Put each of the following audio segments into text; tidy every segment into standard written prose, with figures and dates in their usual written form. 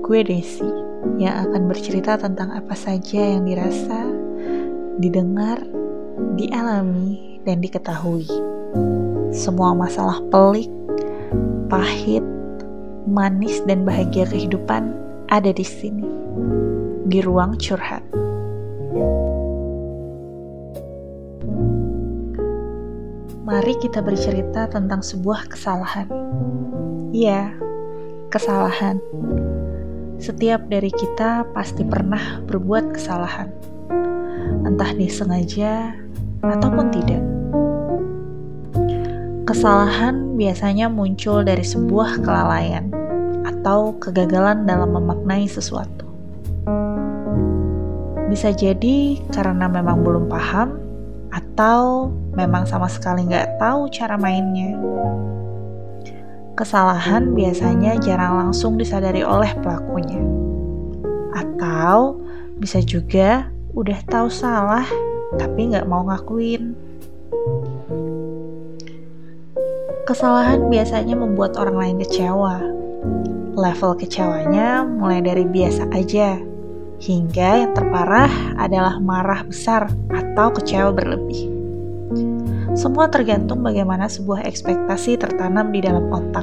Gue Desi, yang akan bercerita tentang apa saja yang dirasa, didengar, dialami, dan diketahui. Semua masalah pelik, pahit, manis, dan bahagia kehidupan ada di sini, di ruang curhat. Mari kita bercerita tentang sebuah kesalahan. Iya, kesalahan. Setiap dari kita pasti pernah berbuat kesalahan, entah disengaja ataupun tidak. Kesalahan biasanya muncul dari sebuah kelalaian atau kegagalan dalam memaknai sesuatu. Bisa jadi karena memang belum paham atau memang sama sekali nggak tahu cara mainnya. Kesalahan biasanya jarang langsung disadari oleh pelakunya. Atau bisa juga udah tahu salah tapi nggak mau ngakuin. Kesalahan biasanya membuat orang lain kecewa. Level kecewanya mulai dari biasa aja, hingga yang terparah adalah marah besar atau kecewa berlebih. Semua tergantung bagaimana sebuah ekspektasi tertanam di dalam otak.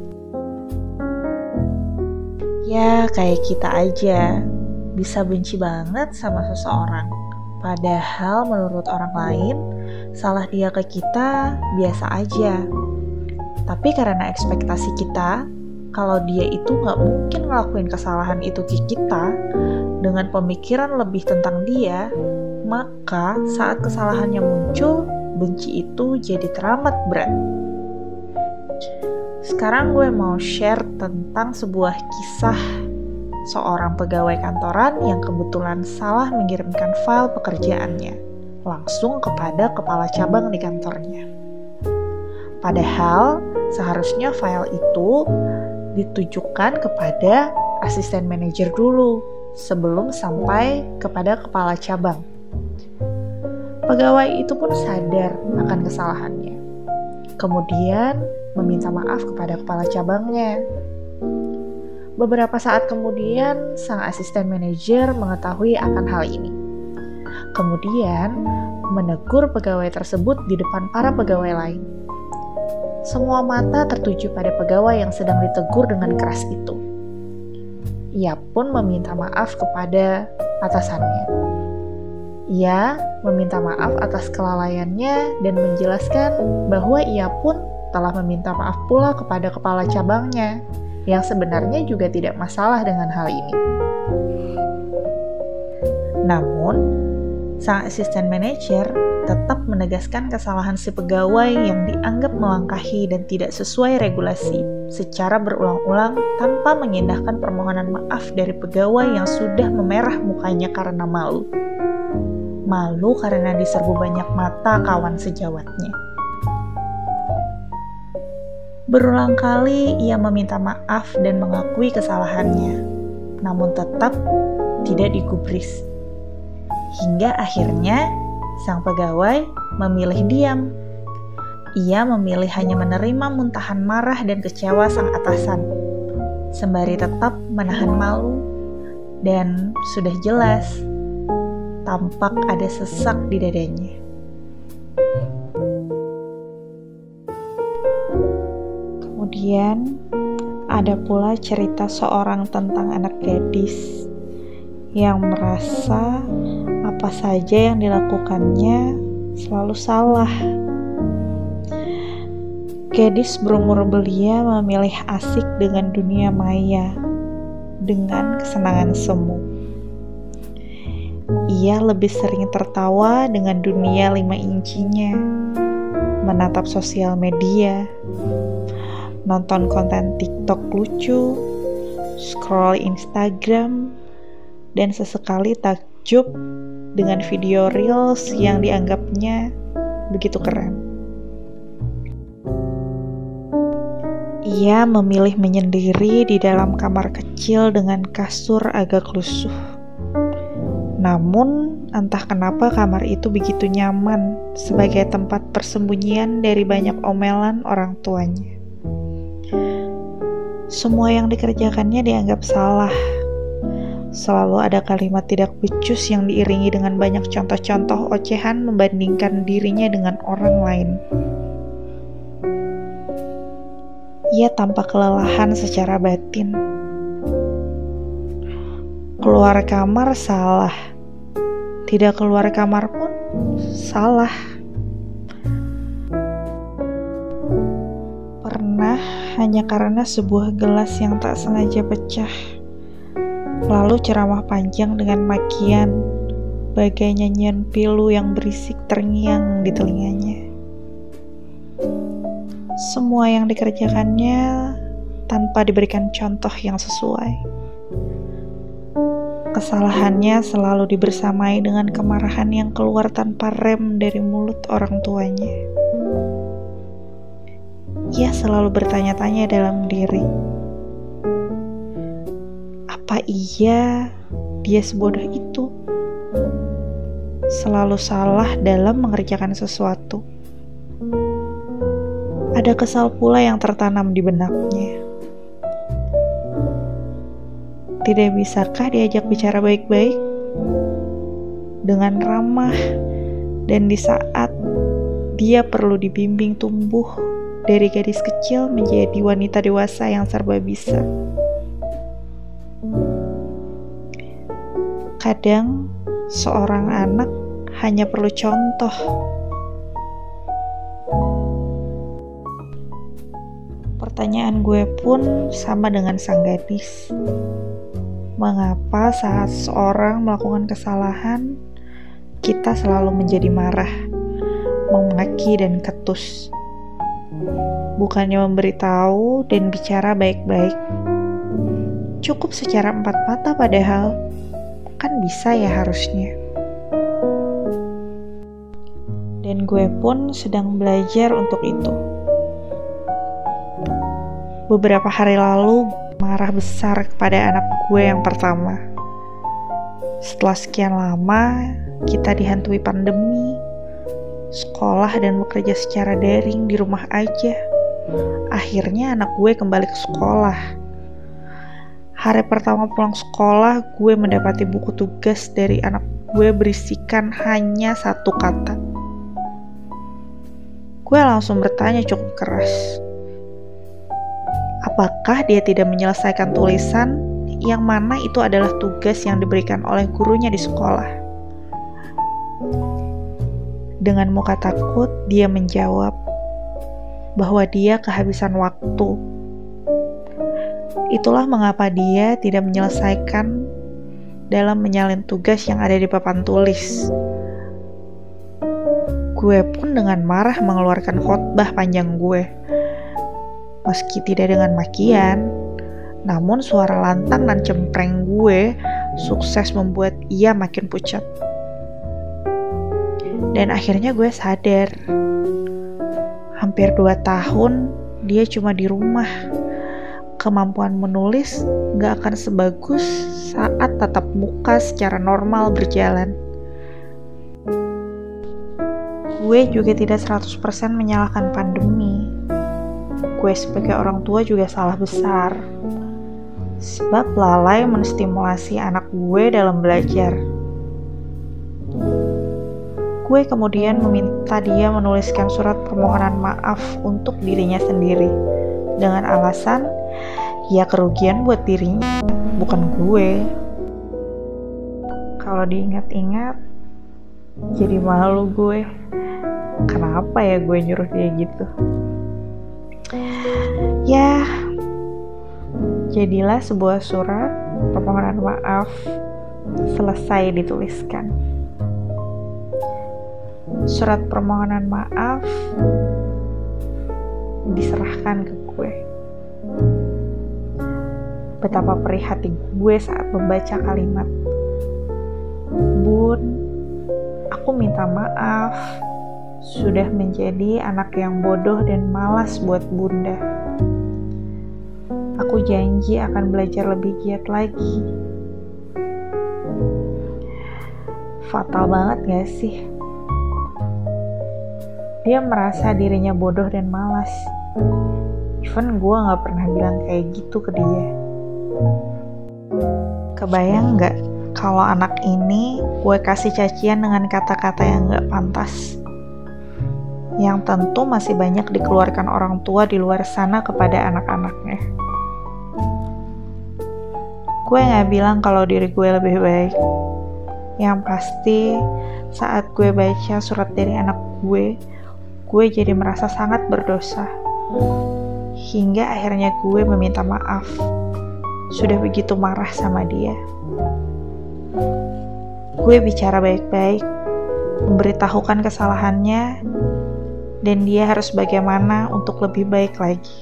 Ya, kayak kita aja, bisa benci banget sama seseorang. Padahal menurut orang lain, salah dia ke kita biasa aja. Tapi karena ekspektasi kita, kalau dia itu gak mungkin ngelakuin kesalahan itu ke kita, dengan pemikiran lebih tentang dia, maka saat kesalahannya muncul, benci itu jadi teramat berat. Sekarang gue mau share tentang sebuah kisah seorang pegawai kantoran yang kebetulan salah mengirimkan file pekerjaannya langsung kepada kepala cabang di kantornya. Padahal seharusnya file itu ditujukan kepada asisten manajer dulu sebelum sampai kepada kepala cabang. Pegawai itu pun sadar akan kesalahannya. Kemudian meminta maaf kepada kepala cabangnya. Beberapa saat kemudian, sang asisten manajer mengetahui akan hal ini. Kemudian, menegur pegawai tersebut di depan para pegawai lain. Semua mata tertuju pada pegawai yang sedang ditegur dengan keras itu. Ia pun meminta maaf kepada atasannya. Ia meminta maaf atas kelalaiannya dan menjelaskan bahwa ia pun telah meminta maaf pula kepada kepala cabangnya, yang sebenarnya juga tidak masalah dengan hal ini. Namun, sang asisten manajer tetap menegaskan kesalahan si pegawai yang dianggap melangkahi dan tidak sesuai regulasi secara berulang-ulang tanpa mengindahkan permohonan maaf dari pegawai yang sudah memerah mukanya karena malu. Malu karena diserbu banyak mata kawan sejawatnya. Berulang kali ia meminta maaf dan mengakui kesalahannya, namun tetap tidak digubris. Hingga akhirnya sang pegawai memilih diam. Ia memilih hanya menerima muntahan marah dan kecewa sang atasan, sembari tetap menahan malu, dan sudah jelas tampak ada sesak di dadanya. Kemudian ada pula cerita seorang tentang anak gadis yang merasa apa saja yang dilakukannya selalu salah. Gadis berumur belia memilih asik dengan dunia maya, dengan kesenangan semu. Ia lebih sering tertawa dengan dunia 5 incinya, menatap sosial media, nonton konten TikTok lucu, scroll Instagram, dan sesekali takjub dengan video reels yang dianggapnya begitu keren. Ia memilih menyendiri di dalam kamar kecil dengan kasur agak lusuh. Namun, entah kenapa kamar itu begitu nyaman sebagai tempat persembunyian dari banyak omelan orang tuanya. Semua yang dikerjakannya dianggap salah. Selalu ada kalimat tidak becus yang diiringi dengan banyak contoh-contoh ocehan membandingkan dirinya dengan orang lain. Ia tampak kelelahan secara batin. Keluar kamar salah. Tidak keluar kamar pun salah. Pernah hanya karena sebuah gelas yang tak sengaja pecah. Lalu ceramah panjang dengan makian, bagai nyanyian pilu yang berisik terngiang di telinganya. Semua yang dikerjakannya tanpa diberikan contoh yang sesuai. Kesalahannya selalu dibersamai dengan kemarahan yang keluar tanpa rem dari mulut orang tuanya. Ia selalu bertanya-tanya dalam diri, apa iya dia sebodoh itu? Selalu salah dalam mengerjakan sesuatu. Ada kesal pula yang tertanam di benaknya. Tidak bisakah diajak bicara baik-baik? Dengan ramah, dan di saat dia perlu dibimbing tumbuh dari gadis kecil menjadi wanita dewasa yang serba bisa. Kadang, seorang anak hanya perlu contoh. Pertanyaan gue pun sama dengan sang gadis. Mengapa saat seorang melakukan kesalahan, kita selalu menjadi marah, memaki dan ketus? Bukannya memberitahu dan bicara baik-baik. Cukup secara empat mata padahal. Kan bisa ya harusnya. Dan gue pun sedang belajar untuk itu. Beberapa hari lalu marah besar kepada anak gue yang pertama. Setelah sekian lama kita dihantui pandemi, sekolah dan bekerja secara daring di rumah aja. Akhirnya anak gue kembali ke sekolah. Hari pertama pulang sekolah, gue mendapati buku tugas dari anak gue berisikan hanya satu kata. Gue langsung bertanya cukup keras. Apakah dia tidak menyelesaikan tulisan yang mana itu adalah tugas yang diberikan oleh gurunya di sekolah? Dengan muka takut, dia menjawab bahwa dia kehabisan waktu. Itulah mengapa dia tidak menyelesaikan dalam menyalin tugas yang ada di papan tulis. Gue pun dengan marah mengeluarkan khotbah panjang gue. Meski tidak dengan makian, namun suara lantang dan cempreng gue sukses membuat ia makin pucat. Dan akhirnya gue sadar, hampir 2 tahun dia cuma di rumah. Kemampuan menulis gak akan sebagus saat tatap muka secara normal berjalan. Gue juga tidak 100% menyalahkan pandemi. Gue sebagai orang tua juga salah besar. Sebab lalai menstimulasi anak gue dalam belajar. Gue kemudian meminta dia menuliskan surat permohonan maaf untuk dirinya sendiri. Dengan alasan, ya kerugian buat dirinya, bukan gue. Kalau diingat-ingat, jadi malu gue. Kenapa ya gue nyuruh dia gitu? Ya, jadilah sebuah surat permohonan maaf selesai dituliskan. Surat permohonan maaf diserahkan ke gue. Betapa perih hati gue saat membaca kalimat, "Bun, aku minta maaf sudah menjadi anak yang bodoh dan malas buat bunda. Aku janji akan belajar lebih giat lagi." Fatal banget gak sih? Dia merasa dirinya bodoh dan malas. Even gue gak pernah bilang kayak gitu ke dia. Kebayang gak kalau anak ini gue kasih cacian dengan kata-kata yang gak pantas, yang tentu masih banyak dikeluarkan orang tua di luar sana kepada anak-anaknya. Gue gak bilang kalau diri gue lebih baik. Yang pasti saat gue baca surat dari anak gue jadi merasa sangat berdosa. Hingga akhirnya gue meminta maaf. Sudah begitu marah sama dia. Gue bicara baik-baik, memberitahukan kesalahannya, dan dia harus bagaimana untuk lebih baik lagi.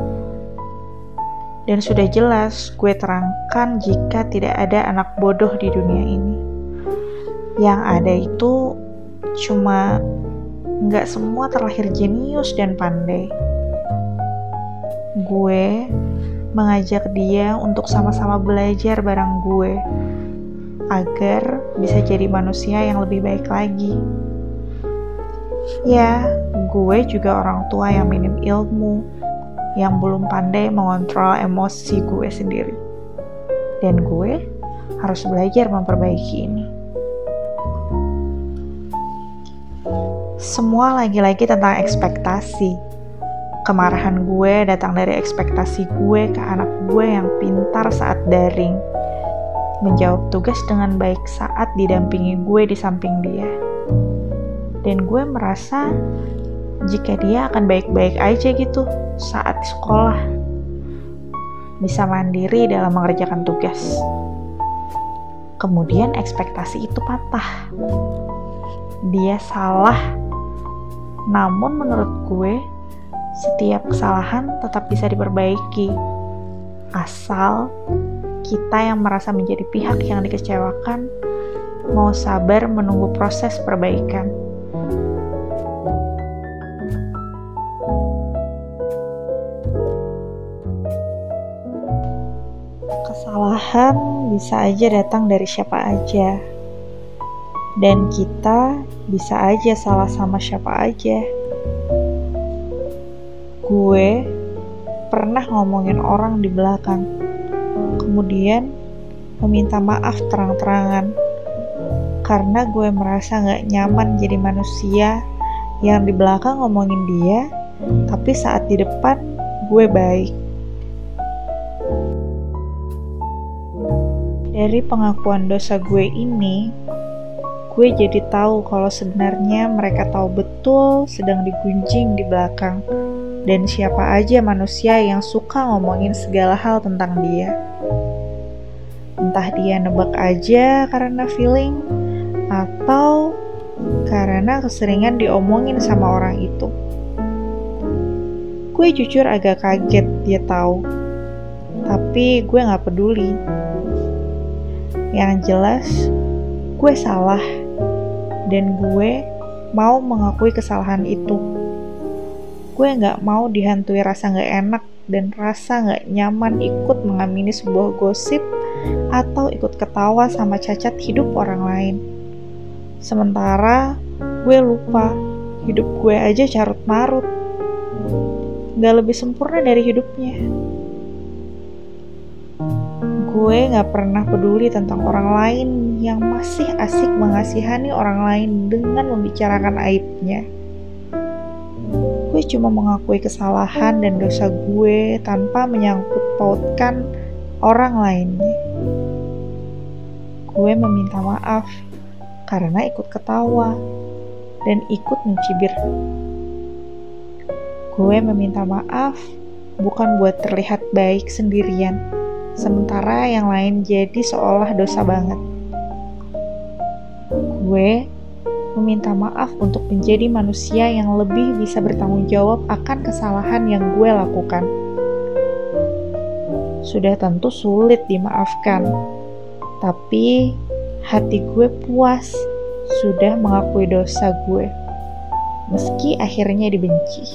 Dan sudah jelas gue terangkan jika tidak ada anak bodoh di dunia ini. Yang ada itu cuma gak semua terlahir jenius dan pandai. Gue mengajak dia untuk sama-sama belajar bareng gue agar bisa jadi manusia yang lebih baik lagi. Ya, gue juga orang tua yang minim ilmu, yang belum pandai mengontrol emosi gue sendiri. Dan gue harus belajar memperbaiki ini. Semua lagi-lagi tentang ekspektasi. Kemarahan gue datang dari ekspektasi gue ke anak gue yang pintar saat daring, menjawab tugas dengan baik saat didampingi gue di samping dia. Dan gue merasa jika dia akan baik-baik aja gitu saat di sekolah, bisa mandiri dalam mengerjakan tugas. Kemudian ekspektasi itu patah. Dia salah. Namun menurut gue, setiap kesalahan tetap bisa diperbaiki, asal kita yang merasa menjadi pihak yang dikecewakan mau sabar menunggu proses perbaikan. Kesalahan bisa aja datang dari siapa aja, dan kita bisa aja salah sama siapa aja. Gue pernah ngomongin orang di belakang, kemudian meminta maaf terang-terangan, karena gue merasa gak nyaman jadi manusia yang di belakang ngomongin dia, tapi saat di depan gue baik. Dari pengakuan dosa gue ini, gue jadi tahu kalau sebenarnya mereka tahu betul sedang digunjing di belakang. Dan siapa aja manusia yang suka ngomongin segala hal tentang dia. Entah dia nebak aja karena feeling, atau karena keseringan diomongin sama orang itu. Gue jujur agak kaget dia tahu, tapi gue gak peduli. Yang jelas, gue salah, dan gue mau mengakui kesalahan itu. Gue gak mau dihantui rasa gak enak dan rasa gak nyaman ikut mengamini sebuah gosip atau ikut ketawa sama cacat hidup orang lain. Sementara gue lupa hidup gue aja carut marut, gak lebih sempurna dari hidupnya. Gue gak pernah peduli tentang orang lain yang masih asik mengasihani orang lain dengan membicarakan aibnya. Gue cuma mengakui kesalahan dan dosa gue tanpa menyangkut pautkan orang lainnya. Gue meminta maaf karena ikut ketawa dan ikut mencibir. Gue meminta maaf bukan buat terlihat baik sendirian, sementara yang lain jadi seolah dosa banget. Gue meminta maaf untuk menjadi manusia yang lebih bisa bertanggung jawab akan kesalahan yang gue lakukan. Sudah tentu sulit dimaafkan, tapi hati gue puas sudah mengakui dosa gue, meski akhirnya dibenci.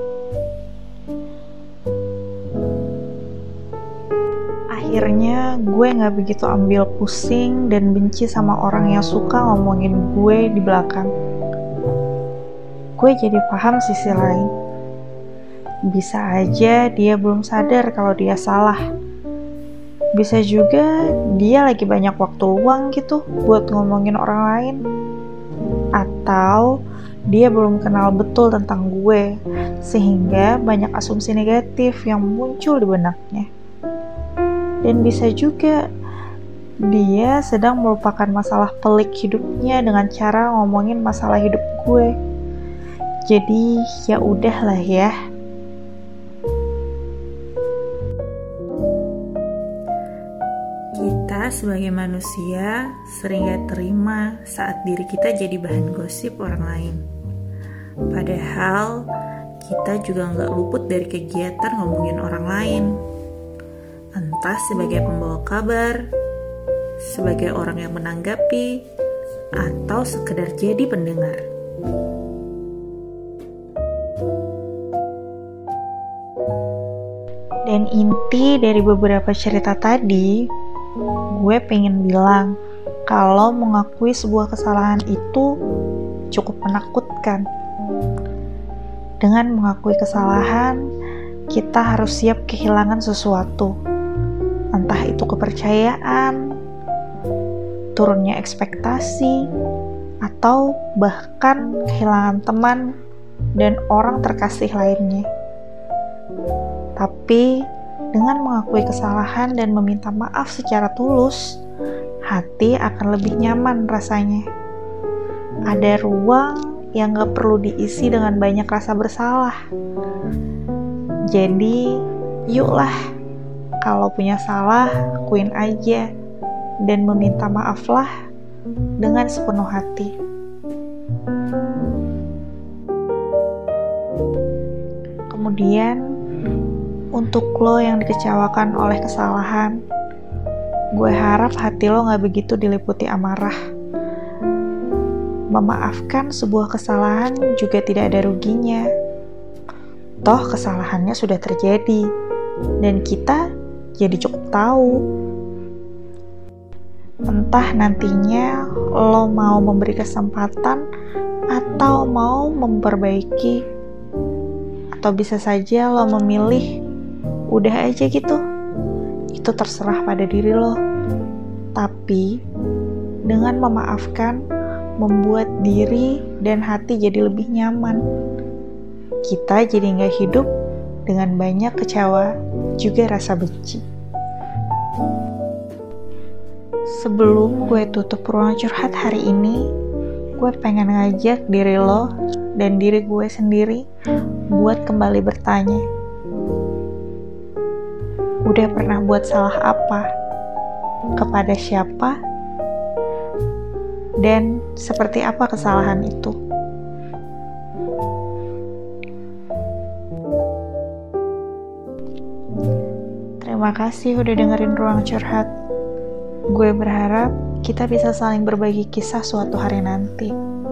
Akhirnya gue gak begitu ambil pusing dan benci sama orang yang suka ngomongin gue di belakang. Gue jadi paham sisi lain. Bisa aja dia belum sadar kalau dia salah. Bisa juga dia lagi banyak waktu luang gitu buat ngomongin orang lain. Atau dia belum kenal betul tentang gue, sehingga banyak asumsi negatif yang muncul di benaknya. Dan bisa juga dia sedang melupakan masalah pelik hidupnya dengan cara ngomongin masalah hidup gue. Jadi ya udahlah ya. Kita sebagai manusia sering gak terima saat diri kita jadi bahan gosip orang lain. Padahal kita juga gak luput dari kegiatan ngomongin orang lain. Entah sebagai pembawa kabar, sebagai orang yang menanggapi, atau sekedar jadi pendengar. Dan inti dari beberapa cerita tadi, gue pengen bilang kalau mengakui sebuah kesalahan itu cukup menakutkan. Dengan mengakui kesalahan, kita harus siap kehilangan sesuatu. Entah itu kepercayaan, turunnya ekspektasi, atau bahkan kehilangan teman dan orang terkasih lainnya. Tapi dengan mengakui kesalahan dan meminta maaf secara tulus, hati akan lebih nyaman rasanya. Ada ruang yang gak perlu diisi dengan banyak rasa bersalah. Jadi, yuklah, kalau punya salah, akuin aja. Dan meminta maaflah dengan sepenuh hati. Kemudian, untuk lo yang dikecewakan oleh kesalahan, gue harap hati lo gak begitu diliputi amarah. Memaafkan sebuah kesalahan juga tidak ada ruginya. Toh kesalahannya sudah terjadi, dan kita jadi cukup tahu. Entah nantinya lo mau memberi kesempatan atau mau memperbaiki, atau bisa saja lo memilih udah aja gitu. Itu terserah pada diri lo. Tapi dengan memaafkan, membuat diri dan hati jadi lebih nyaman. Kita jadi gak hidup dengan banyak kecewa juga rasa benci. Sebelum gue tutup ruang curhat hari ini, gue pengen ngajak diri lo dan diri gue sendiri buat kembali bertanya. Udah pernah buat salah apa? Kepada siapa? Dan seperti apa kesalahan itu? Terima kasih udah dengerin Ruang Curhat. Gue berharap kita bisa saling berbagi kisah suatu hari nanti.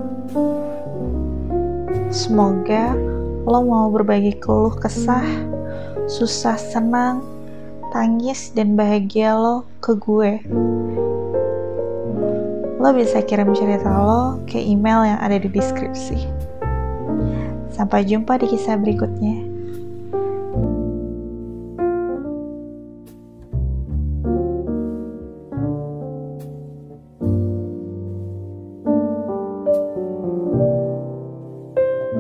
Semoga lo mau berbagi keluh kesah, susah senang, tangis dan bahagia lo ke gue. Lo bisa kirim cerita lo ke email yang ada di deskripsi. Sampai jumpa di kisah berikutnya.